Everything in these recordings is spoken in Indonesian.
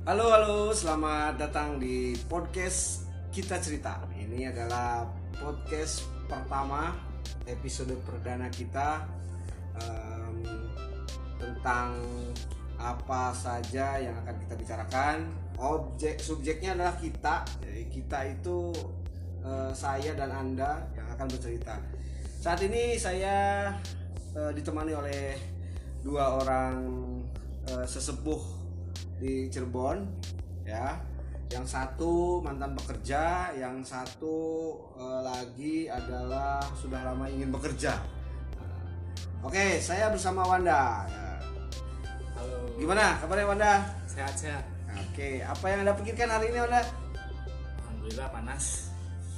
Halo, selamat datang di podcast Kita Cerita. Ini adalah podcast pertama, episode perdana kita tentang apa saja yang akan kita bicarakan. Subjeknya adalah kita. Jadi kita itu saya dan Anda yang akan bercerita. Saat ini saya ditemani oleh dua orang sesepuh di Cirebon, ya. Yang satu mantan pekerja, yang satu lagi adalah sudah lama ingin bekerja. Oke, saya bersama Wanda. Ya. Halo. Gimana kabarnya Wanda? Sehat-sehat. Oke, apa yang Anda pikirkan hari ini Wanda? Alhamdulillah panas.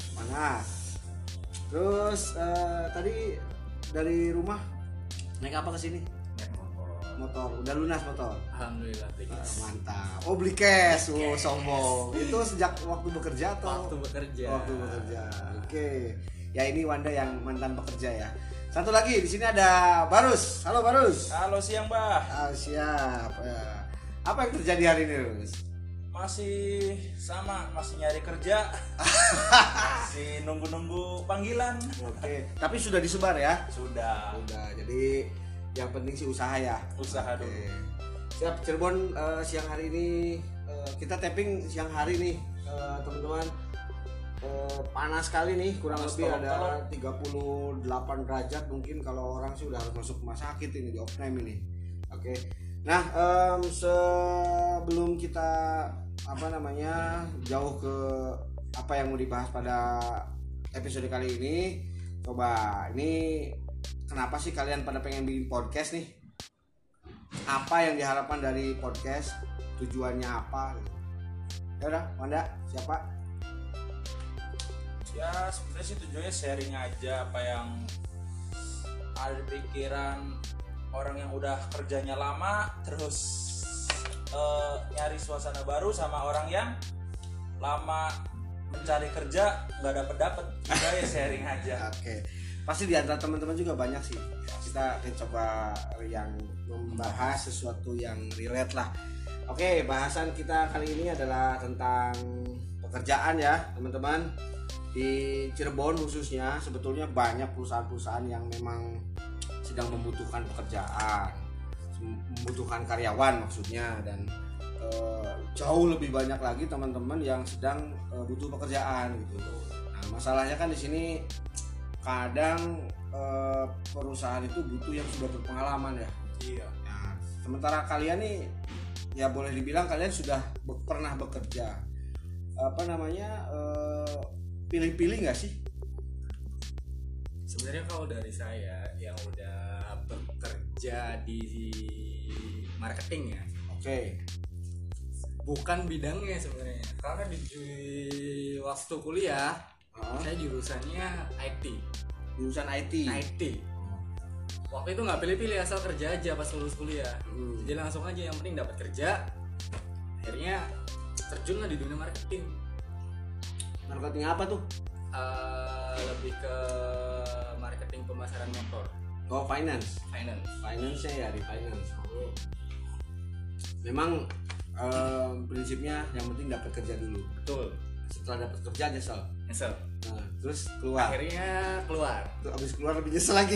Terus tadi dari rumah naik apa ke sini? Naik Motor. Udah lunas motor? Alhamdulillah. Mantap. Oh, beli cash. Oh, sombong. Itu sejak waktu bekerja atau? Waktu bekerja. Oke. Ya, ini Wanda yang mantan pekerja ya. Satu lagi di sini ada Barus. Halo Barus. Halo siang, Mbah. Siap. Ya. Apa yang terjadi hari ini, Barus? Masih sama, masih nyari kerja. Masih nunggu-nunggu panggilan. Oke. Tapi sudah disebar ya? Sudah. Jadi yang penting sih usaha ya. Usaha dulu. Siap. Cirebon siang hari ini kita tapping siang hari nih, teman-teman. Panas sekali nih, kurang Panas lebih tolong. ada 38 derajat mungkin kalau orang sih udah harus masuk rumah sakit ini di off time ini. Oke. Nah, sebelum kita jauh ke apa yang mau dibahas pada episode kali ini, coba ini kenapa sih kalian pada pengen bikin podcast nih? Apa yang diharapkan dari podcast? Tujuannya apa? Ya udah, Wanda, siapa? Ya sebenarnya sih tujuannya sharing aja apa yang ada di pikiran orang yang udah kerjanya lama, terus nyari suasana baru sama orang yang lama mencari kerja nggak dapet. Juga ya sharing aja. Oke. Pasti di antara teman-teman juga banyak sih. Kita akan coba yang membahas sesuatu yang relate lah. Oke, bahasan kita kali ini adalah tentang pekerjaan ya, teman-teman. Di Cirebon khususnya sebetulnya banyak perusahaan-perusahaan yang memang sedang membutuhkan pekerjaan, membutuhkan karyawan maksudnya, dan jauh lebih banyak lagi teman-teman yang sedang butuh pekerjaan gitu. Nah, masalahnya kan di sini kadang perusahaan itu butuh yang sudah berpengalaman ya. Iya. Nah, sementara kalian nih ya boleh dibilang kalian sudah pernah bekerja. Pilih-pilih nggak sih? Sebenarnya kalau dari saya yang udah bekerja di marketing ya. Oke. Bukan bidangnya sebenarnya. Karena di waktu kuliah saya jurusannya IT. Jurusan IT. Waktu itu nggak pilih-pilih, asal kerja aja pas lulus kuliah. Jadi langsung aja yang penting dapat kerja. Akhirnya terjun lah di dunia marketing. Marketing apa tuh? Lebih ke marketing pemasaran motor. Oh, finance. Finance-nya ya, di finance. Memang prinsipnya yang penting dapat kerja dulu. Betul. Setelah dapat kerja nyesel. Nah, terus keluar. Akhirnya keluar. Terus abis keluar lebih nyesel lagi.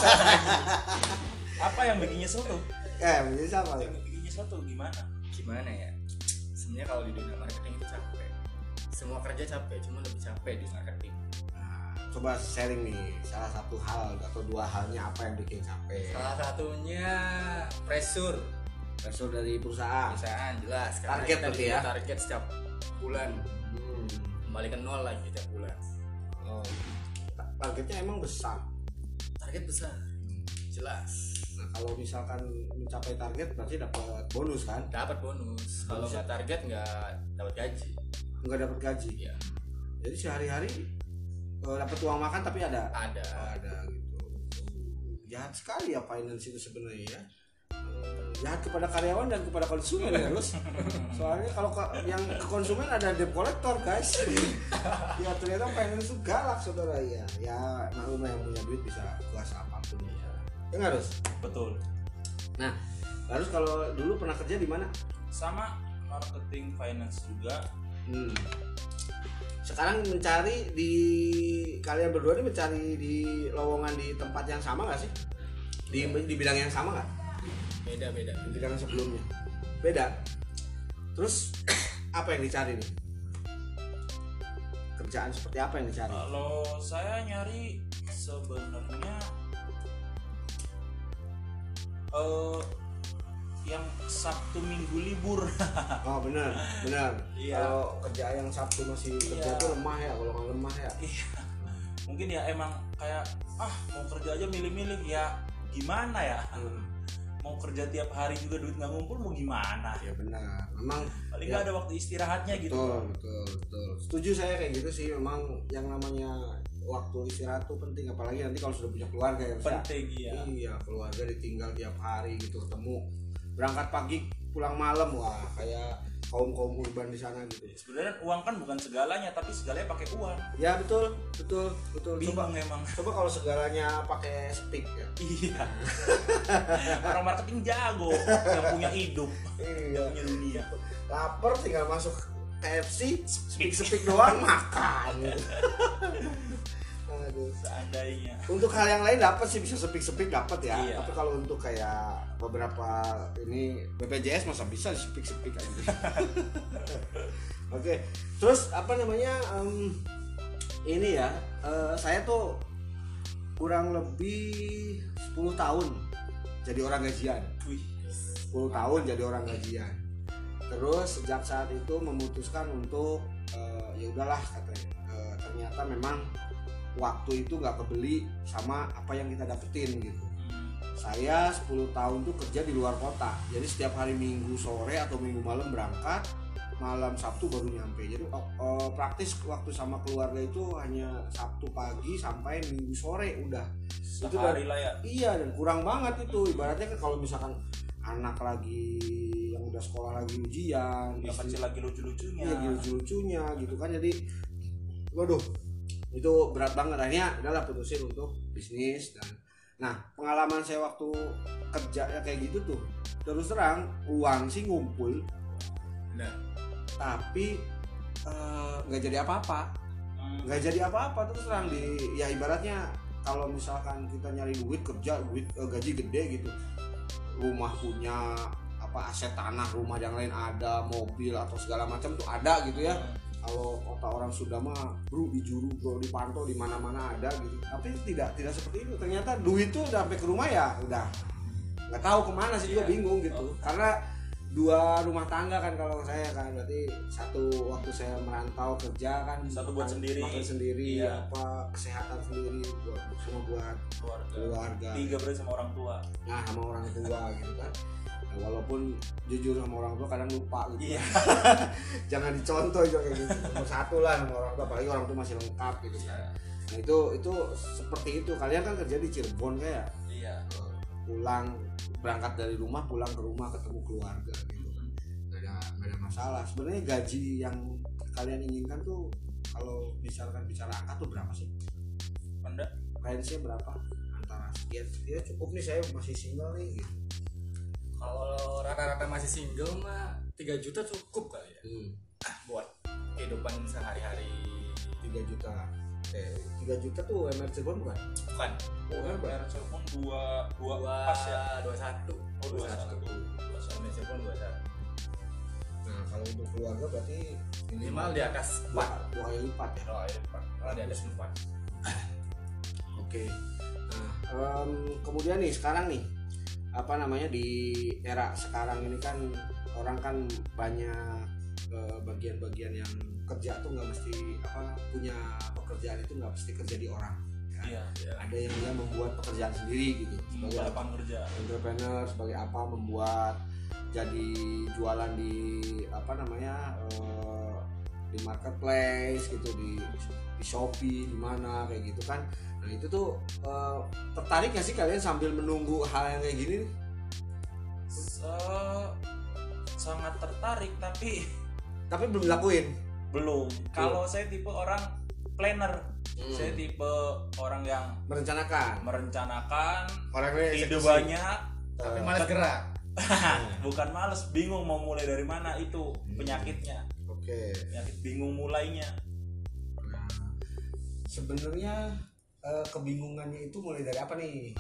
Apa yang bikin nyesel tuh? Nyesel apa? Yang bikin nyesel tuh gimana? Gimana ya? Sebenarnya kalau di dunia marketing itu capek. Semua kerja capek, cuma lebih capek di marketing. Nah, coba sharing nih salah satu hal atau dua halnya apa yang bikin capek. Salah satunya pressure Dari perusahaan. jelas. Karena Target kita berarti diberi ya? target setiap bulan. Kembali ke nol lagi tiap bulan. Oh, targetnya emang besar. Target besar. Jelas. Nah, kalau misalkan mencapai target berarti dapat bonus kan? Dapat bonus. Kalau nggak target nggak dapat gaji. Nggak dapat gaji. Iya. Jadi sehari-hari dapat uang makan tapi ada gitu. Jahat sekali ya finance itu sebenarnya ya. Jahat kepada karyawan dan kepada konsumen ya terus. Soalnya kalau yang ke konsumen ada debt collector guys. Ya ternyata finance itu galak saudara ya. Ya maklum lah yang punya duit bisa kuasa apapun ya. Ya nggak, Rus? Betul. Nah, Rus kalau dulu pernah kerja di mana? Sama marketing, finance juga. Sekarang mencari di kalian berdua ini mencari di lowongan di tempat yang sama nggak sih? Di bidang yang sama nggak? Beda. Di bidang yang sebelumnya beda. Terus apa yang dicari nih? Kerjaan seperti apa yang dicari? Kalau saya nyari sebenarnya yang Sabtu Minggu libur. Oh benar. Iya. Kalau kerja yang Sabtu masih kerja Iya. tuh lemah ya, golongan lemah ya. Iya. Mungkin ya emang kayak mau kerja aja milih-milih ya gimana ya. Mau kerja tiap hari juga duit nggak ngumpul mau gimana. Ya benar. Memang Paling ya, nggak ada waktu istirahatnya gitu. betul. Setuju saya kayak gitu sih. Memang yang namanya waktu istirahat tuh penting, apalagi nanti kalau sudah punya keluarga ya. Penting ya. Iya, keluarga ditinggal tiap hari gitu, ketemu berangkat pagi pulang malam, wah kayak kaum urban di sana gitu. Sebenarnya uang kan bukan segalanya, tapi segalanya pakai uang. Ya betul. Bingung emang. Coba kalau segalanya pakai speak ya. Iya. Orang marketing jago, yang punya hidup, Iya. yang punya dunia. Lapar tinggal masuk KFC, speak doang makan. Aduh. Seandainya. Untuk hal yang lain dapat sih, bisa speak dapat ya. Iya. Tapi kalau untuk kayak beberapa ini BPJS masa bisa speak aja. Oke. Terus apa namanya? Ini ya, saya tuh kurang lebih 10 tahun jadi orang gajian. 10 tahun jadi orang gajian. Terus sejak saat itu memutuskan untuk ya udahlah katanya. Ternyata memang waktu itu nggak kebeli sama apa yang kita dapetin gitu. Saya 10 tahun tuh kerja di luar kota. Jadi setiap hari Minggu sore atau Minggu malam berangkat, malam Sabtu baru nyampe. Jadi praktis waktu sama keluarga itu hanya Sabtu pagi sampai Minggu sore udah. Sehari lah ya. Iya, dan kurang banget itu. Ibaratnya kan kalau misalkan anak lagi yang udah sekolah lagi ujian, Yang kecil lagi lucu-lucunya. iya, lucu-lucunya gitu kan. Jadi waduh, itu berat banget. Akhirnya udahlah putusin untuk bisnis. Dan nah, pengalaman saya waktu kerja ya kayak gitu tuh, terus terang uang sih ngumpul, Benar. tapi nggak jadi apa-apa. Terus terang ya ibaratnya kalau misalkan kita nyari duit kerja, gaji gede gitu, rumah punya apa, aset tanah, rumah yang lain ada, mobil atau segala macam tuh ada gitu ya. Kalau kota orang Sunda mah bro di Juru, bro di Pantau, di mana-mana ada gitu. Tapi tidak seperti itu. Ternyata duit tuh udah sampai ke rumah ya udah nggak tahu kemana sih, juga bingung gitu. Karena 2 rumah tangga kan kalau saya kan, berarti satu waktu saya merantau kerja kan, Satu buat sendiri. makan sendiri, Iya. apa kesehatan sendiri, semua buat keluarga. 3 berarti sama orang tua. Nah, sama orang tua gitu kan. Nah, walaupun jujur sama orang tua kadang lupa gitu. Iya. Jangan dicontoh juga kayak gitu. Nomor 1 lah sama orang tua, apalagi orang tua masih lengkap gitu kan. Nah, itu seperti itu. Kalian kan kerja di Cirebon kayak Iya. pulang, berangkat dari rumah pulang ke rumah ketemu keluarga gitu kan. Gak ada masalah. Sebenarnya gaji yang kalian inginkan tuh kalau misalkan bicara angka tuh berapa sih? Anda Range-nya berapa? Antara sekian cukup nih, saya masih single nih gitu. Kalau rata-rata masih single mah 3 juta cukup kali ya. Buat kehidupan sehari-hari. 3 juta. 3 juta tuh MR Cirebon bukan? Bukan. UMR Cirebon 2 pas ya. 21. Oh, 21. MR Cirebon 21. Nah, kalau untuk keluarga berarti Minimal di atas 4. 2 kali lipat ya. Kalau di atas 4. Oke. Nah, kemudian nih sekarang nih apa namanya, di era sekarang ini kan orang kan banyak bagian-bagian yang kerja tuh nggak mesti punya pekerjaan itu nggak mesti kerja di orang ya. Iya. Ada yang dia membuat pekerjaan sendiri gitu sebagai Lapangan kerja. entrepreneur, sebagai apa, membuat jadi jualan di di marketplace gitu, di Shopee, di mana kayak gitu kan. Nah itu tuh tertarik gak sih kalian sambil menunggu hal yang kayak gini nih? Sangat tertarik tapi Belum dilakuin. belum. Kalau saya tipe orang planner. Saya tipe orang yang Merencanakan. merencanakan Orang yang ide eksekusi. banyak Tapi malas gerak. Bukan males, bingung mau mulai dari mana, itu penyakitnya. Oke. Penyakit bingung mulainya. Nah, sebenarnya kebingungannya itu mulai dari apa nih?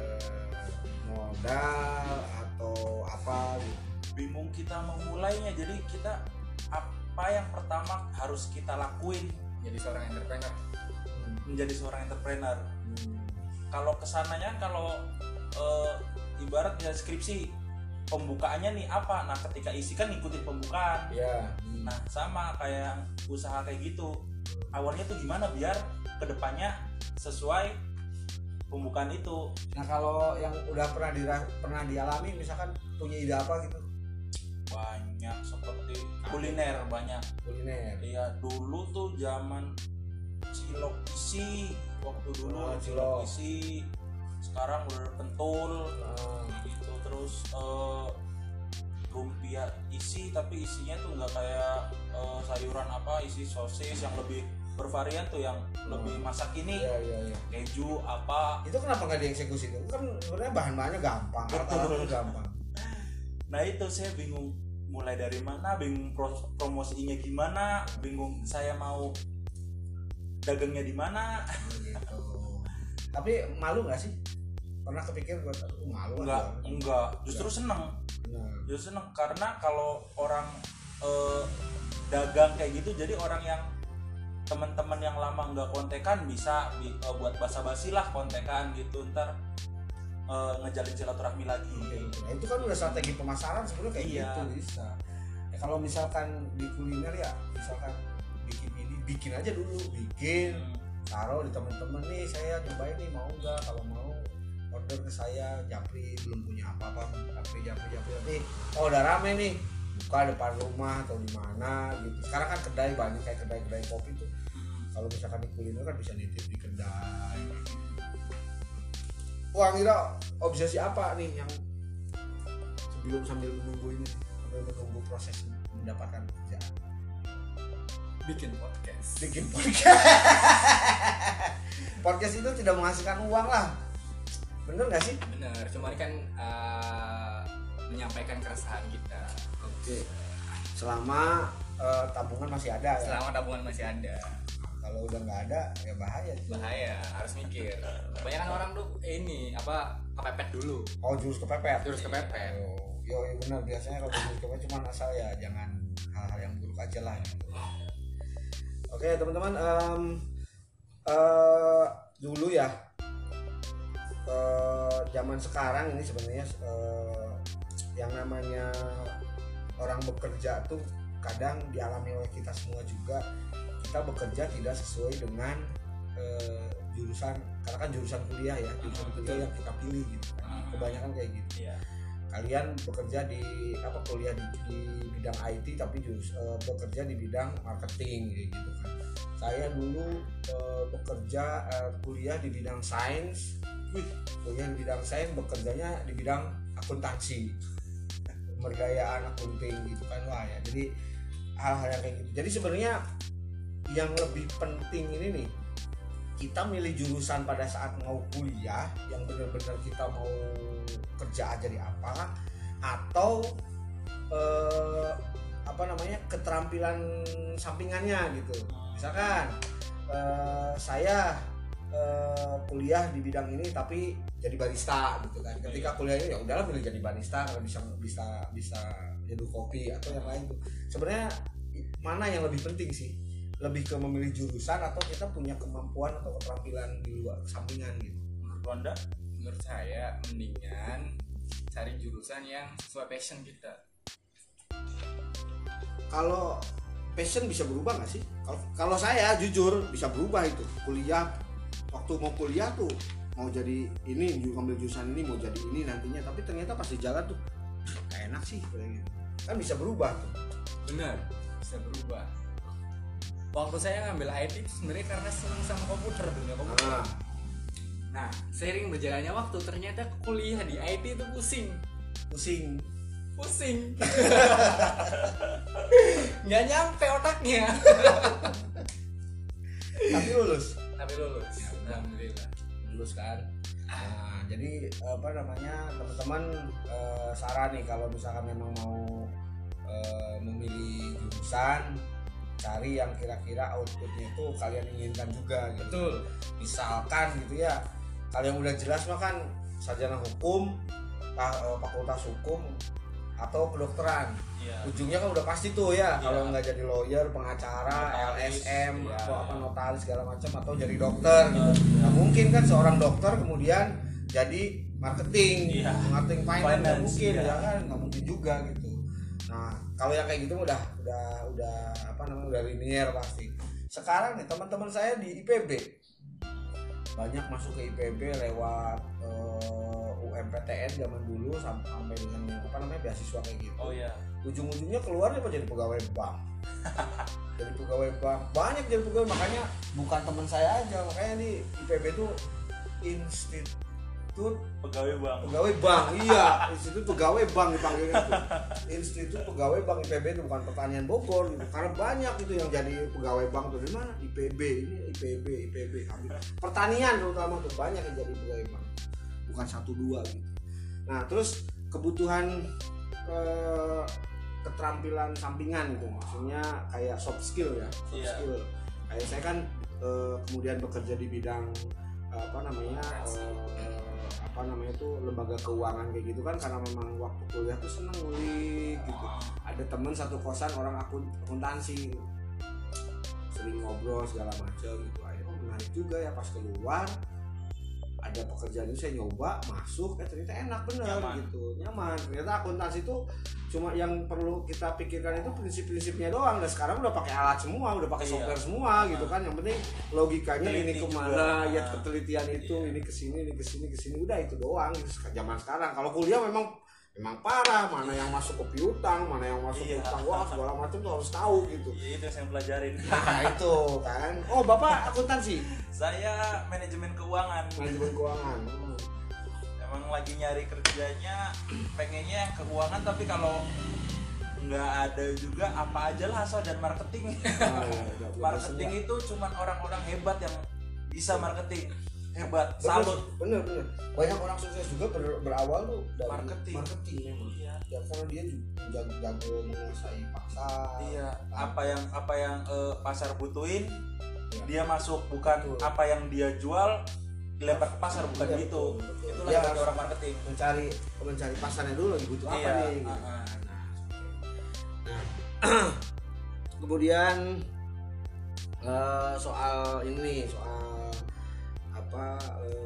Modal atau apa gitu? Bingung kita mau mulainya, jadi kita apa yang pertama harus kita lakuin Jadi seorang entrepreneur. menjadi seorang entrepreneur. Kalau kesananya kalau ibarat ya skripsi, pembukaannya nih apa, nah ketika isi kan ngikutin pembukaan. Ya. Nah sama kayak usaha kayak gitu, awalnya tuh gimana biar kedepannya sesuai pembukaan itu. Nah kalau yang udah pernah dialami, misalkan punya ide apa gitu? Banyak seperti kuliner, banyak. Kuliner. Iya, dulu tuh zaman cilok isi, waktu dulu Oh, cilok cilok. isi, sekarang udah pentul gitu. Terus lumpia isi, tapi isinya tuh nggak kayak sayuran apa, isi sosis yang lebih bervarian tuh, yang lebih masak ini, Iya. keju apa. Itu kenapa nggak dieksekusi? Itu kan sebenarnya bahan-bahannya gampang, Betul. alat-alatnya gampang. Nah itu saya bingung mulai dari mana, bingung promosinya gimana, bingung saya mau dagangnya di mana. Gitu. Tapi malu nggak sih? Pernah kepikir buat malu? Enggak, justru seneng. Benar. Justru seneng karena kalau orang dagang kayak gitu, jadi orang yang teman-teman yang lama nggak kontekan bisa buat basa-basi lah kontekan gitu, ntar ngejalin silaturahmi lagi. Nah itu kan udah strategi pemasaran sebenarnya kayak Iya. gitu bisa. Ya, kalau misalkan di kuliner ya, misalkan bikin aja dulu, taruh di temen-temen nih, saya nyobain nih, mau nggak? Kalau mau order ke saya. Japri belum punya apa-apa, Japri oh udah rame nih, buka depan rumah atau di mana gitu. Sekarang kan kedai banyak, kayak kedai kopi tuh. Kalau misalkan di kuliner kan bisa nitip di kedai. Wah, kira obsesi apa nih yang sambil menunggu ini, sambil menunggu proses mendapatkan kerjaan? Bikin podcast. Podcast itu tidak menghasilkan uang lah, bener nggak sih? Bener, cuman kan menyampaikan keresahan kita. Oke. Selama tabungan masih ada ya. Selama tabungan masih ada. Kalau udah nggak ada ya bahaya. Bahaya, harus mikir. Kebanyakan orang tuh kepepet dulu. Oh, jurus kepepet. Oh, Yo, ya benar, biasanya kalau jurus kepepet cuma asal ya jangan hal-hal yang buruk aja lah gitu. Oke, teman-teman, dulu ya, zaman sekarang ini sebenarnya yang namanya orang bekerja tuh kadang dialami oleh kita semua juga. Kita bekerja tidak sesuai dengan jurusan, karena kan jurusan kuliah ya, yang kita pilih gitu kan. Kebanyakan kayak gitu. Iya. Kalian bekerja di kuliah di bidang IT tapi bekerja di bidang marketing gitu kan. Saya dulu bekerja kuliah di bidang sains, bekerjanya di bidang akuntansi, pemberdayaan akunting gitu kan. Wah ya, jadi hal-hal yang kayak gitu. Jadi sebenarnya yang lebih penting ini nih, kita milih jurusan pada saat mau kuliah yang benar-benar kita mau kerja aja di apa, atau keterampilan sampingannya gitu. Misalkan saya kuliah di bidang ini tapi jadi barista gitu kan. Ketika kuliahnya ya udahlah milih jadi barista, kalau bisa nyeduh kopi atau yang lain tuh. Sebenarnya mana yang lebih penting sih? Lebih ke memilih jurusan atau kita punya kemampuan atau keterampilan di luar sampingan gitu? Menurut Anda? menurut saya mendingan cari jurusan yang sesuai passion kita. Kalau passion bisa berubah nggak sih? Kalau saya jujur bisa berubah itu. Waktu mau kuliah tuh mau jadi ini, ngambil jurusan ini, mau jadi ini nantinya, tapi ternyata pas di jalan tuh gak enak sih kayak gitu. Kan bisa berubah tuh. Benar, bisa berubah. Waktu saya ngambil IT itu sebenarnya karena senang sama komputer, dunia komputer. Nah, seiring berjalannya waktu ternyata kuliah di IT itu pusing. Nggak nyampe otaknya. Tapi lulus. Alhamdulillah. Lulus kan. Nah, jadi apa namanya teman-teman, saran nih kalau misalkan memang mau memilih jurusan, cari yang kira-kira outputnya itu kalian inginkan juga gitu. Betul. Misalkan gitu ya, kalian udah jelas mah kan sarjana hukum, fakultas hukum atau kedokteran. Iya. Ujungnya kan udah pasti tuh ya, Iya. kalau nggak jadi lawyer, pengacara, Notaris, LSM iya. atau apa notaris segala macam, atau jadi dokter gitu. Iya. Nah, mungkin kan seorang dokter kemudian jadi marketing, Iya. marketing finance nggak Finance, mungkin iya. ya kan, nggak mungkin juga gitu. Nah kalau yang kayak gitu udah apa namanya, udah linear pasti. Sekarang nih teman-teman saya di IPB banyak masuk ke IPB lewat UMPTN zaman dulu sampai dengan apa namanya beasiswa kayak gitu. Oh ya. Ujung-ujungnya keluarnya apa, jadi pegawai bank. Jadi pegawai bank, banyak jadi pegawai, makanya bukan teman saya aja, makanya di IPB itu Institut Pegawai bank. Pegawai Bank, iya, Institut Pegawai Bank dipanggilnya itu. Institut Pegawai Bank IPB itu bukan pertanian Bogor gitu. Karena banyak itu yang jadi pegawai bank tuh, dari mana? IPB, ini IPB. Pertanian terutama tuh banyak yang jadi pegawai bank. Bukan 1-2 gitu. Nah, terus kebutuhan keterampilan sampingan gitu, maksudnya kayak soft skill ya, soft Iya. skill. Kayak saya kan kemudian bekerja di bidang apa namanya tuh lembaga keuangan kayak gitu kan, karena memang waktu kuliah tuh seneng ngulik gitu. Ada temen satu kosan orang akuntansi, sering ngobrol segala macam gitu. Akhirnya menarik juga ya, pas keluar ada pekerjaan itu saya nyoba masuk, ternyata enak bener gitu, nyaman. Ternyata akuntansi itu cuma yang perlu kita pikirkan itu prinsip-prinsipnya doang. Dan sekarang udah pakai alat semua, udah pakai software semua gitu kan. Yang penting logikanya ini kemana, ya ketelitian itu, ini kesini, udah itu doang. Gitu. Zaman sekarang kalau kuliah memang parah, mana yang masuk ke piutang, mana yang masuk ke utang, wah segala macam tuh harus tahu gitu. Iya, itu yang saya pelajarin. Nah itu kan. Oh Bapak akuntansi? Saya manajemen keuangan. Manajemen keuangan. Emang lagi nyari kerjanya, pengennya yang keuangan, tapi kalau nggak ada juga apa aja lah asal dan marketing. Marketing itu cuman orang-orang hebat yang bisa marketing. Hebat, salut. Bener. Banyak orang sukses juga berawal tuh dari Marketing memang. Iya. Ya karena dia jago menguasai pasar. Iya. Apa yang pasar butuhin, Ya. dia masuk, bukan Betul. apa yang dia jual dilempar ke pasar, bukan Iya, gitu. betul. Itulah Dia yang harus orang marketing. mencari pasarnya dulu lagi butuh apa Iya. nih gitu. Nah, kemudian soal apa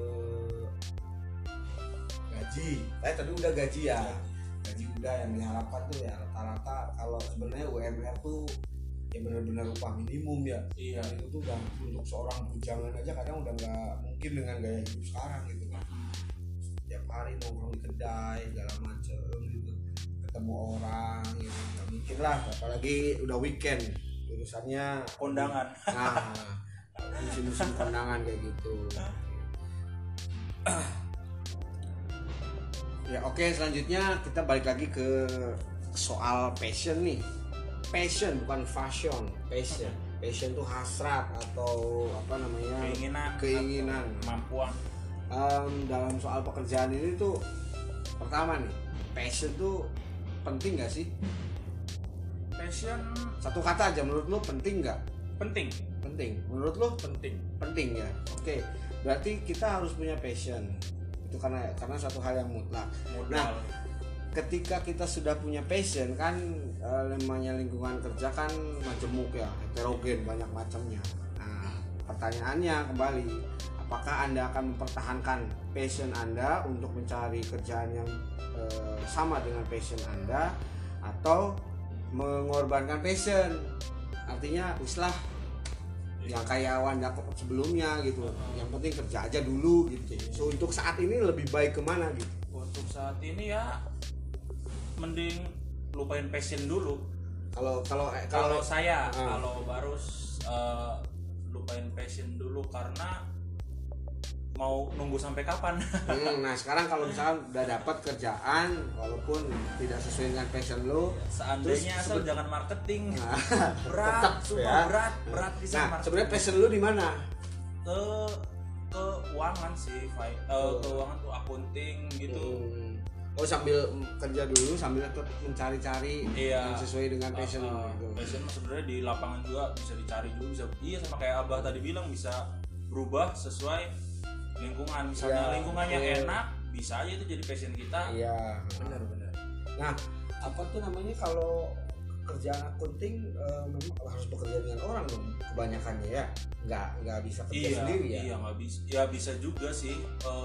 gaji. Tadi udah gaji ya. Gaji udah yang diharapkan tuh ya rata-rata kalau sebenarnya UMR tuh ya benar-benar upah minimum ya. Iya. Dan itu tuh udah untuk seorang bujangan aja kadang udah nggak mungkin dengan gaya hidup sekarang gitu kan. Tiap hari nongkrong di kedai segala macem gitu, ketemu orang gitu, nggak mungkin lah. Apalagi udah weekend, urusannya Kondangan. Nah, musim-musim kondangan kayak gitu. Ya oke, selanjutnya kita balik lagi ke soal passion nih. Passion bukan fashion, passion. Passion tuh hasrat atau apa namanya? Keinginan. Kemampuan. Dalam soal pekerjaan ini tuh pertama nih, passion tuh penting nggak sih? Passion Satu kata aja, menurut lo penting nggak? penting. Penting. Menurut lo Penting. penting ya. Oke, berarti kita harus punya passion. Itu karena satu hal yang mutlak. Nah, ketika kita sudah punya passion kan, namanya lingkungan kerja kan majemuk ya, heterogen, banyak macamnya. Nah, pertanyaannya kembali, apakah Anda akan mempertahankan passion Anda untuk mencari kerjaan yang sama dengan passion Anda, atau mengorbankan passion? Artinya islah yang kayak Wanda sebelumnya gitu, yang penting kerja aja dulu gitu. So untuk saat ini lebih baik kemana gitu? Untuk saat ini ya mending lupain passion dulu. Kalau Saya kalau baru lupain passion dulu, karena mau nunggu sampai kapan? Nah sekarang kalau misalkan udah dapat kerjaan walaupun tidak sesuai dengan passion lo, Seandainya terus asal jangan marketing. Nah, berat, tetap sumpah ya. berat bisa Nah marketing. sebenarnya passion lo di mana? keuangan sih, keuangan tuh accounting gitu. Oh sambil kerja dulu sambil tetap mencari-cari yang sesuai dengan passion gitu. Passion sebenarnya di lapangan juga bisa dicari dulu, bisa sama kayak Abah tadi bilang, bisa berubah sesuai lingkungan. Misalnya lingkungannya enak, bisa aja itu jadi passion kita. Iya, benar. Nah, apa tuh namanya kalau kerjaan accounting memang harus bekerja dengan orang dong kebanyakannya ya, nggak bisa kerja sendiri ya. Iya, nggak bisa. Ya bisa juga sih,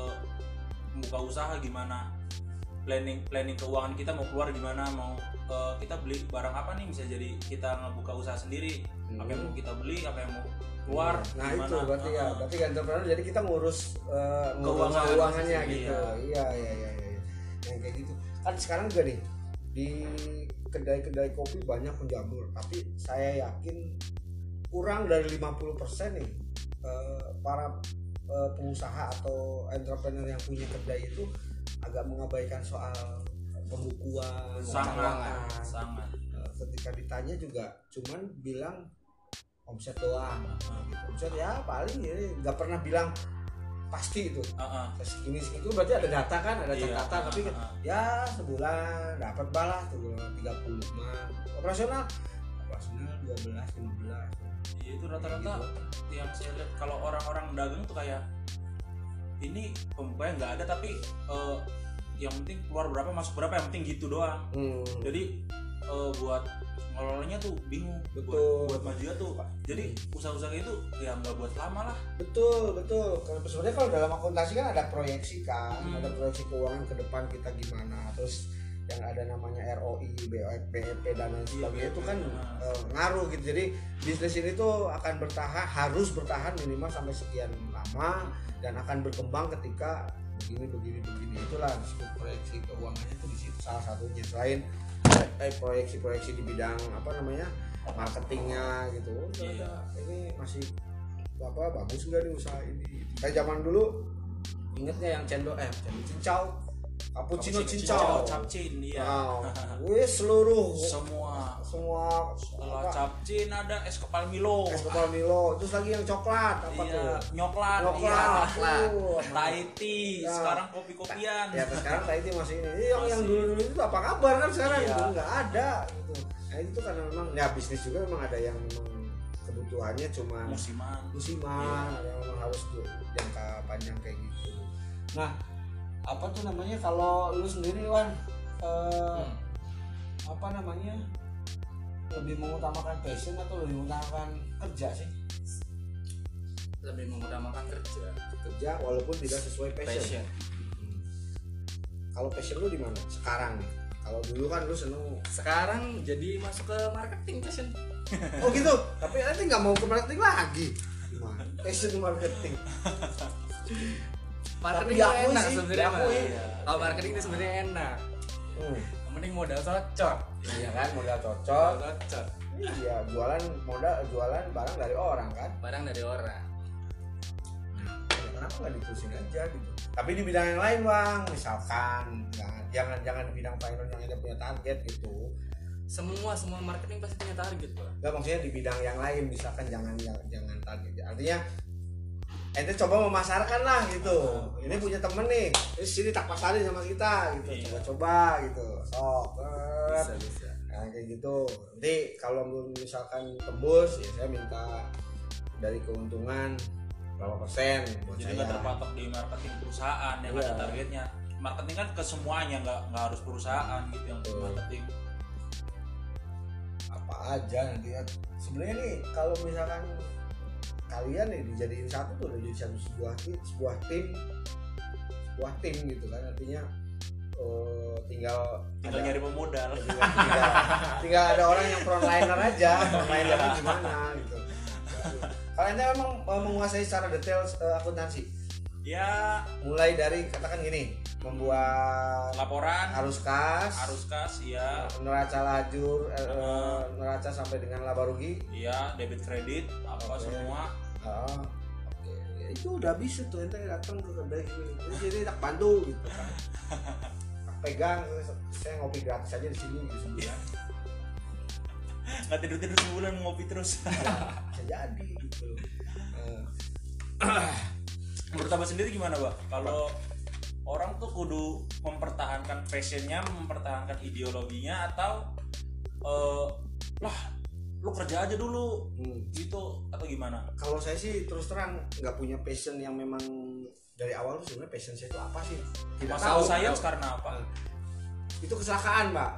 buka usaha gimana, planning keuangan kita mau keluar gimana, mau kita beli barang apa nih, bisa jadi kita ngebuka usaha sendiri, apa yang mau kita beli, apa yang mau keluar. Nah gimana. itu berarti entrepreneur, jadi kita ngurus keuangannya gitu. Iya. Yang kayak gitu kan sekarang juga nih di kedai-kedai kopi banyak penjamur, tapi saya yakin kurang dari 50% nih para pengusaha atau entrepreneur yang punya kedai itu agak mengabaikan soal pembukuan, sangat. Ketika ditanya juga cuman bilang omset doang, gitu. Omset ya paling ini nggak pernah bilang pasti itu. Segini segitu berarti ada data kan, ada catatan, tapi ya sebulan dapat balas tuh 35, operasional 12, 15. Ya, itu rata-rata gitu. Yang saya lihat kalau orang-orang dagang tuh kayak ini pembukanya nggak ada, tapi yang penting keluar berapa masuk berapa, yang penting gitu doang. Jadi buat ngelolanya tuh bingung. Buat majunya tuh, jadi usaha-usaha itu ya nggak buat lama lah. Betul. Karena sebenarnya kalau dalam akuntansi kan ada proyeksi kan, ada proyeksi keuangan ke depan kita gimana, terus yang ada namanya ROI, BEP dan lain sebagainya itu kan ngaruh gitu. Jadi bisnis ini tuh akan harus bertahan minimal sampai sekian lama dan akan berkembang ketika begini. Itulah disebut proyeksi keuangannya itu di situ salah satunya. Selain proyeksi di bidang apa namanya marketingnya gitu. Ini masih bagus nggak nih usaha ini? Kayak zaman dulu ingetnya yang cendol cincau, cappuccino cincau, capcin seluruh semua setelah apa? capcin ada es kepal Milo, terus lagi yang coklat apa tuh? Nyoklat. Thai tea, Ya. sekarang kopi-kopian. Ya sekarang Thai tea masih ini. Yang dulu itu apa kabar kan sekarang itu nggak ada gitu. Nah itu karena memang ya bisnis juga memang ada yang memang kebutuhannya cuma musiman, yang memang harus jangka panjang kayak gitu. Nah apa tuh namanya kalau lu sendiri Wan apa namanya lebih mengutamakan passion atau lebih mengutamakan kerja sih? Lebih mengutamakan kerja walaupun tidak sesuai passion. Kalau passion lu di mana sekarang nih? Kalau dulu kan lu seneng, sekarang jadi masuk ke marketing passion. Oh gitu, tapi nanti nggak mau ke marketing lagi. Gimana? Passion marketing. Marketing itu enak sebenarnya. Kalau marketing itu sebenarnya enak. Yang penting modal cocok. Iya kan, modal cocok. Iya, jualan barang dari orang kan. Ya, kenapa nggak diterusin aja gitu? Tapi di bidang yang lain Bang, misalkan jangan di bidang finance yang ada punya target gitu. Semua marketing pasti punya target, Bang. Enggak, maksudnya di bidang yang lain misalkan jangan target. Artinya ente coba memasarkan lah gitu. Ini punya temen nih, sini tak pasarin sama kita gitu. Coba-coba gitu. Sok. Bisa. Nah, kayak gitu. Nanti kalau misalkan tembus ya saya minta dari keuntungan berapa persen buat jadi saya. nggak terpatok di marketing perusahaan yang ada targetnya. Marketing kan ke semuanya, nggak harus perusahaan gitu yang marketing. Apa aja nanti ya. Sebenarnya nih kalau misalkan kalian nih dijadiin satu tuh, udah jadi sebuah tim gitu kan, artinya tinggal nyari pemodal, tinggal ada orang yang frontliner aja, frontlinernya gimana gitu. Kalian memang menguasai secara detail akuntansi ya, mulai dari katakan gini, membuat laporan arus kas ya, neraca lajur, neraca sampai dengan laba rugi, iya, debit kredit apa semua. Oke. Ya, itu udah bisa tuh, ente datang ke kedai jadi tak bantu gitu kan. Pegang, saya ngopi gratis aja di sini gitu sebulan. Nggak tidur sebulan ngopi terus. Bisa jadi gitu. Menurut Abah sendiri gimana, Bah? Kalau orang tuh kudu mempertahankan passionnya, mempertahankan ideologinya, atau lah lu kerja aja dulu gitu, atau gimana? Kalau saya sih terus terang nggak punya passion yang memang dari awal tuh sebenarnya passion saya itu apa sih? Tidak Masuk tahu. science karena apa? Itu kecelakaan, Pak.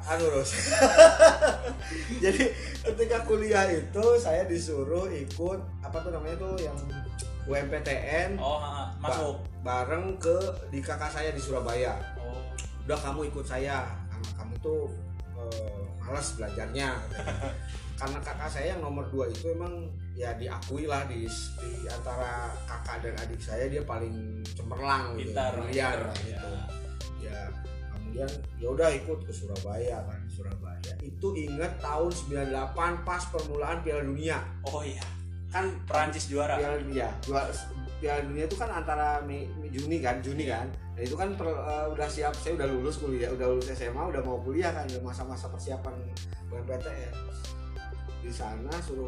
Jadi ketika kuliah itu saya disuruh ikut apa tuh namanya tuh yang UMPTN. Masuk bareng di kakak saya di Surabaya. Udah kamu ikut saya, karena kamu tuh malas belajarnya katanya. Karena kakak saya yang nomor 2 itu emang ya diakui lah di antara kakak dan adik saya dia paling cemerlang gitu, brilian gitu. Ya kemudian ya udah ikut ke Surabaya kan. Surabaya itu inget tahun 98 pas permulaan Piala Dunia. Oh iya, Kan Perancis juara. Piala Dunia itu kan antara Juni kan. Dan itu kan udah siap, saya udah lulus kuliah, udah lulus SMA, udah mau kuliah kan, udah masa-masa persiapan UMPTN. Di sana suruh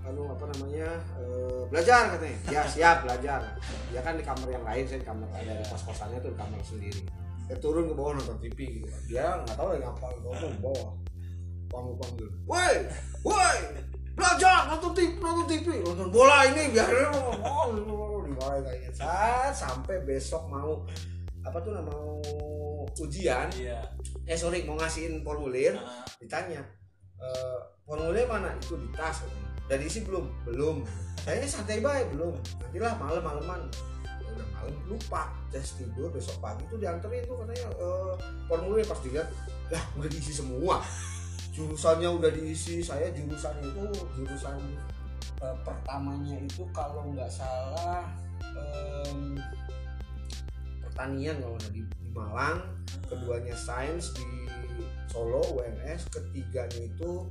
belajar katanya. Ya siap belajar. Dia kan di kamar yang lain, saya di kamar ada di kos-kosannya tuh di kamar sendiri. Saya turun ke bawah nonton TV gitu. Dia nggak tahu lagi apa, nonton ke bawah. Panggil. Woi, belajar nonton TV, nonton bola ini biar dimarahin kayaknya. Sampai besok mau ujian. Mau ngasihin formulir, ditanya formulir mana? Itu di tas katanya. Udah diisi belum. Kayaknya santai baik belum. Nantilah malam-malaman. Udah malam lupa, tes tidur, besok pagi tuh dianterin tuh katanya formulir. Pas dilihat, lah udah diisi semua. Jurusannya udah diisi. Saya jurusan pertamanya itu kalau nggak salah pertanian kalau nggak di Malang, keduanya sains di Solo UNS, ketiganya itu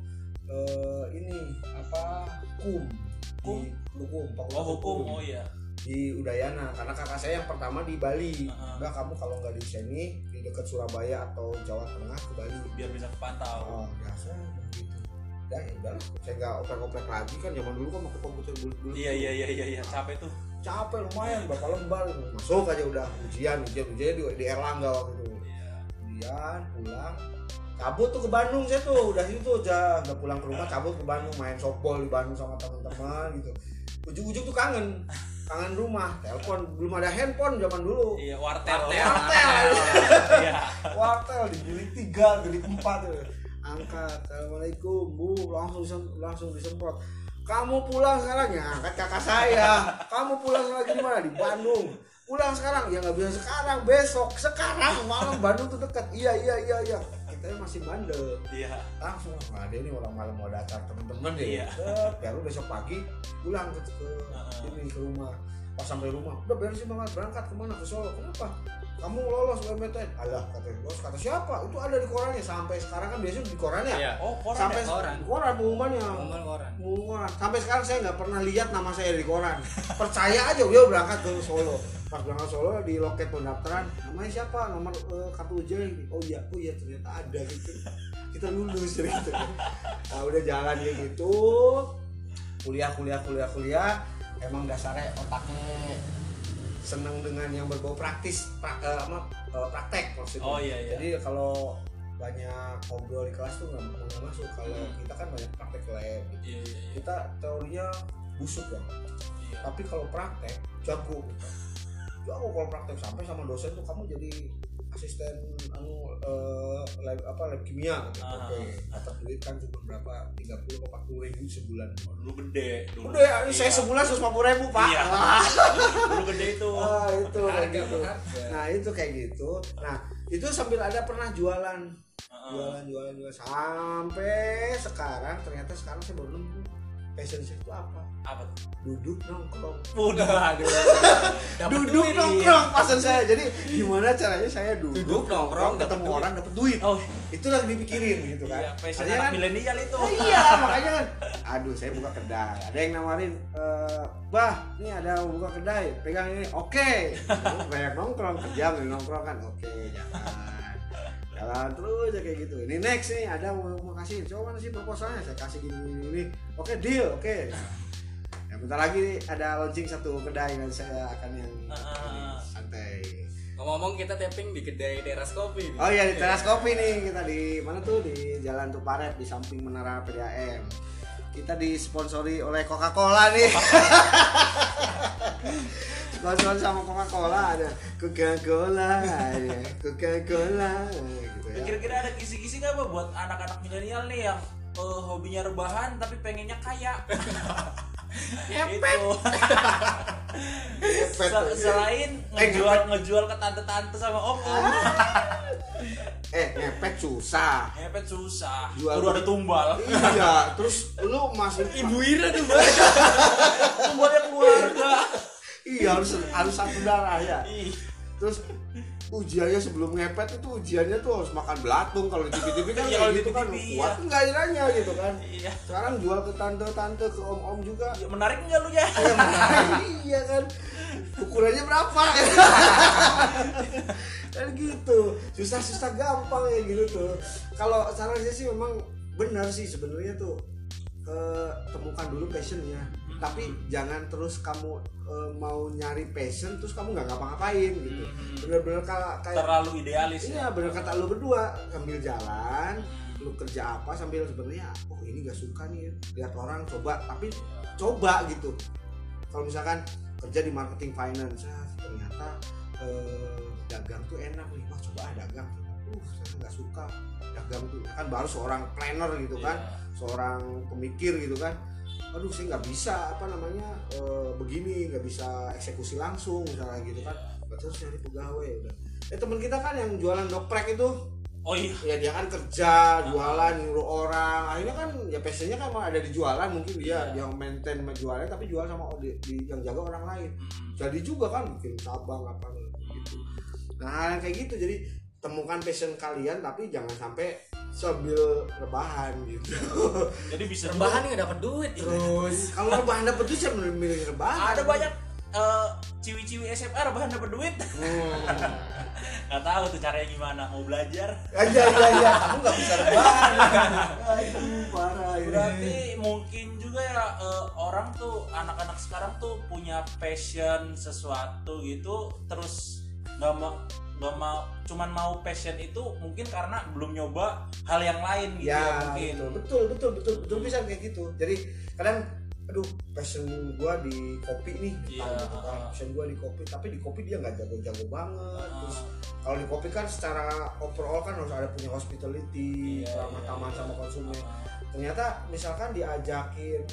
hukum di Udayana, karena kakak saya yang pertama di Bali. Udah kamu kalau nggak di sini di dekat Surabaya atau Jawa Tengah ke Bali biar bisa kepantau. Biasa gitu. Ya udahlah, saya nggak oprek-oprek lagi kan, zaman dulu kan pakai komputer dulu. Iya, capek lumayan berapa lembar masuk aja udah ujian di Erlangga waktu itu. Kemudian pulang cabut tuh ke Bandung, saya tuh udah pulang ke rumah, cabut ke Bandung, main softball di Bandung sama teman-teman gitu. Ujung-ujung tuh kangen rumah, telepon, belum ada handphone zaman dulu. Iya, wartel. Wartel di bilik 3, bilik 4 tuh. Angkat, assalamualaikum bu, langsung disemprot. Kamu pulang sekarang ya, angkat kakak saya. Kamu pulang lagi di mana? Di Bandung. Pulang sekarang ya, nggak bisa sekarang, besok. Sekarang malam Bandung tuh dekat. Iya. Kita masih bandel. Iya. Langsung ada ini orang malam mau datang teman-teman deh. Iya. Baru besok pagi pulang ke rumah. Pas sampai rumah, udah beresin banget, berangkat kemana? Ke Solo. Kenapa? Kamu lolos UMPTN. Alah, kata siapa? Itu ada di korannya. Sampai sekarang kan biasanya di koran ya. Iya. Oh, koran. Sampai koran pengumumannya. Koran. Sampai sekarang saya nggak pernah lihat nama saya di koran. Percaya aja, dia berangkat ke Solo. Pas berangkat Solo di loket pendaftaran, namanya siapa? Nomor kartu ujian ini. Oh iya ternyata ada gitu. Kita lulus gitu. Nah, udah jalan ya gitu. Kuliah. Emang dasarnya otaknya seneng dengan yang berbau praktek maksudnya. Oh iya. Jadi kalau banyak ngobrol di kelas tuh nggak masuk. Kalau kita kan banyak praktek lab gitu. Iya. Kita teorinya busuk ya. Iya. Tapi kalau praktek jago kalau praktek, sampai sama dosen tuh kamu jadi asisten lab kimia gitu. Oke. Dapat duit kan cuma berapa? 30 atau 40 ribu sebulan. Dulu gede. Saya sebulan 150 ribu Pak. Iya. Dulu gede itu. Itu kayak gitu. Nah itu kayak gitu. Nah itu sambil ada pernah jualan sampai sekarang. Ternyata sekarang saya baru nemu passion saya itu apa tuh? Duduk nongkrong. Duduk nongkrong passion saya. Jadi gimana caranya saya duduk nongkrong ketemu orang dapat duit. Itu lagi dipikirin gitu kan. Iya, passion anak milenial itu. Iya, makanya kan. Aduh, saya buka kedai. Ada yang nawarin, "Bah, ini ada buka kedai. Pegang ini." Oke. Banyak nongkrong, kerja nongkrong kan. Oke, jalan terus aja kayak gitu. Ini next nih ada mau kasih. Coba mana sih proposalnya? Saya kasih gini. Oke, deal. Oke. Yang Bentar lagi ada launching satu kedai, nanti saya akan yang santai. Ngomong-ngomong kita tapping di kedai Teras Kopi nih. Oh iya, di Teras Kopi nih, kita di mana tuh, di Jalan Tuparet di samping Menara PDAM. Kita disponsori oleh Coca-Cola nih. Sponsor sama Coca-Cola, ada Coca-Cola gitu ya. Kira-kira ada kisi-kisi nggak buat anak-anak milenial nih yang hobinya rebahan tapi pengennya kaya? Itu selain ngejual ke tante-tante sama om-om. Ngepet susah. Jual udah ada tumbal. Iya, terus lu masih Ibu Ira tuh Bang. Tumbalnya keluarga. Iya, harus satu darah ya. Ih. Terus ujiannya sebelum ngepet itu ujiannya tuh harus makan belatung. Kalau di TV kan Iya, kayak di gitu kan TV, kuat iya. enggak akhirnya gitu kan. Iya. Sekarang jual ke tante-tante, ke om-om juga. Ya, menarik nggak lu ya? Iya kan. Ukurannya berapa? Kan gitu. Susah-susah gampang ya gitu tuh. Kalau saran saya sih memang benar sih sebenarnya tuh. Temukan dulu passionnya. Tapi jangan terus kamu mau nyari passion terus kamu nggak ngapa-ngapain gitu. Bener-bener kayak Terlalu idealis. iya, bener kata lu berdua, sambil jalan lu kerja apa sambil sebenarnya ini nggak suka nih lihat orang coba, tapi coba gitu. Kalau misalkan kerja di marketing finance ternyata dagang tuh enak nih, wah coba dagang, saya nggak suka dagang tuh, kan baru seorang planner gitu kan, seorang pemikir gitu kan, aduh saya nggak bisa begini, nggak bisa eksekusi langsung misalnya gitu kan, berarti harus nyari pegawai udah. Teman kita kan yang jualan doprek itu, Oh iya. ya dia kan kerja jualan nyuruh orang, akhirnya kan ya passionnya kan ada di jualan, mungkin dia maintain jualannya tapi jual sama yang jaga orang lain, jadi juga kan bikin cabang apa gitu. Nah kayak gitu, jadi temukan passion kalian tapi jangan sampai sambil rebahan gitu. Jadi bisa Rebahan nggak dapat duit terus. Kalau rebahan dapet duit saya milih rebahan. ada banyak ciwi-ciwi SMA rebahan dapat duit. Nggak tahu tuh caranya gimana, mau belajar. Iya, kamu nggak bisa rebahan. Aduh parah ini. Berarti mungkin juga ya orang tuh, anak-anak sekarang tuh punya passion sesuatu gitu, terus nggak mau cuman mau passion itu mungkin karena belum nyoba hal yang lain gitu ya mungkin. Betul bisa kayak gitu. Jadi kadang aduh passion gua di kopi nih, passion gua di kopi, tapi di kopi dia nggak jago-jago banget. Terus kalau di kopi kan secara overall kan harus ada punya hospitality, ramah tamah sama konsumen. Ternyata misalkan diajakin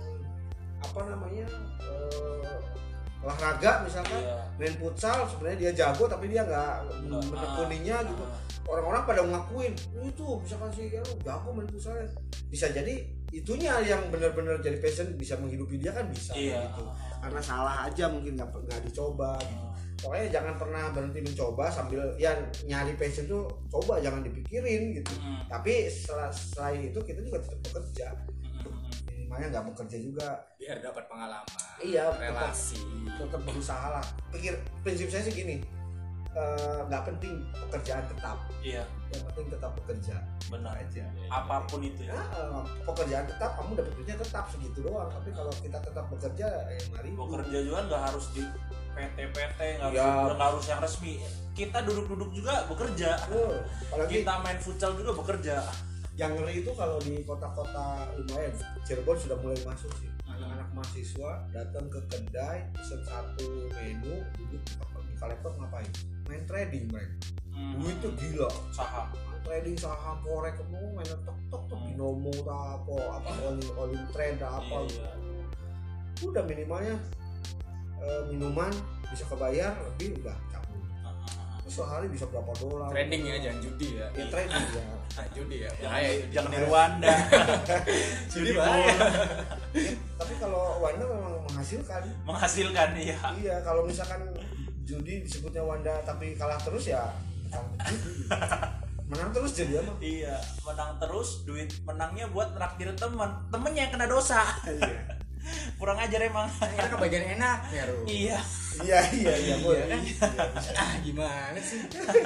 olahraga misalkan, main futsal, sebenarnya dia jago tapi dia nggak menekuninya gitu. Orang-orang pada ngakuin itu misalkan sih jago main futsal, bisa jadi itunya yang benar-benar jadi passion, bisa menghidupi dia kan bisa gitu. Karena salah aja mungkin nggak dicoba gitu. Pokoknya jangan pernah berhenti mencoba, sambil ya nyari passion tuh coba, jangan dipikirin gitu. Tapi selain itu kita juga tetap bekerja. Minimalnya nggak bekerja juga Biar dapat pengalaman. Iya, relasi. tetap berusaha lah. Prinsip saya sih gini, nggak penting pekerjaan tetap. Iya. Yang penting tetap bekerja. Benar aja. Apapun itu ya. Pekerjaan tetap, kamu dapat duitnya tetap segitu doang. Tapi kalau kita tetap bekerja, mari. Bekerja juga nggak harus di PT, nggak Ya. harus yang resmi. Kita duduk-duduk juga bekerja. Apalagi Kita main futsal juga bekerja. yang ngeri itu kalau di kota-kota lumayan, Cirebon sudah mulai masuk sih. Anak-anak mahasiswa datang ke kedai, pesen satu menu, duduk buka laptop ngapain? Main trading mereka. Duit tuh gila. Saham. Trading saham, forex, main tok binomo apa all in trade apa. Iya. Udah minimalnya minuman bisa kebayar lebih udah cabut. Sehari bisa berapa dolar? Trading ya, jangan judi ya. Ya trading ya. Judi ya. Bahaya itu. Jangan di Rwanda. Judi bahaya. Tapi kalau Wanda memang Menghasilkan ya. Iya, kalau misalkan judi disebutnya Wanda tapi kalah terus ya judi. Menang terus jadi apa? Iya, menang terus, duit menangnya buat traktir temennya yang kena dosa. Iya. Kurang ajar emang. Karena kebagian enak ya, Ru. Iya. Iya, boleh. Gimana sih?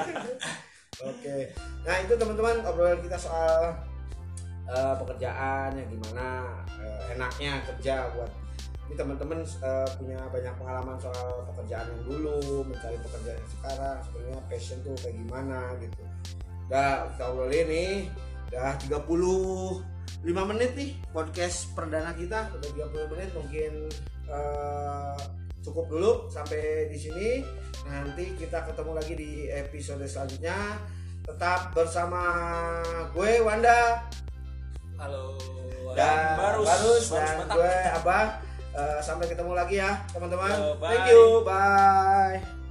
Oke. Nah, itu teman-teman obrolan kita soal pekerjaan yang gimana enaknya kerja buat Ini teman-teman punya banyak pengalaman soal pekerjaan yang dulu, mencari pekerjaan yang sekarang, sebenarnya passion tuh kayak gimana gitu. Udah kita obrolin nih, udah 35 menit nih podcast perdana kita, udah 30 menit mungkin cukup dulu sampai di sini. Nanti kita ketemu lagi di episode selanjutnya. Tetap bersama gue Wanda. Halo. Dan Barus dan Batak. gue Abah. Sampai ketemu lagi ya teman-teman. Yo, bye. Thank you, bye.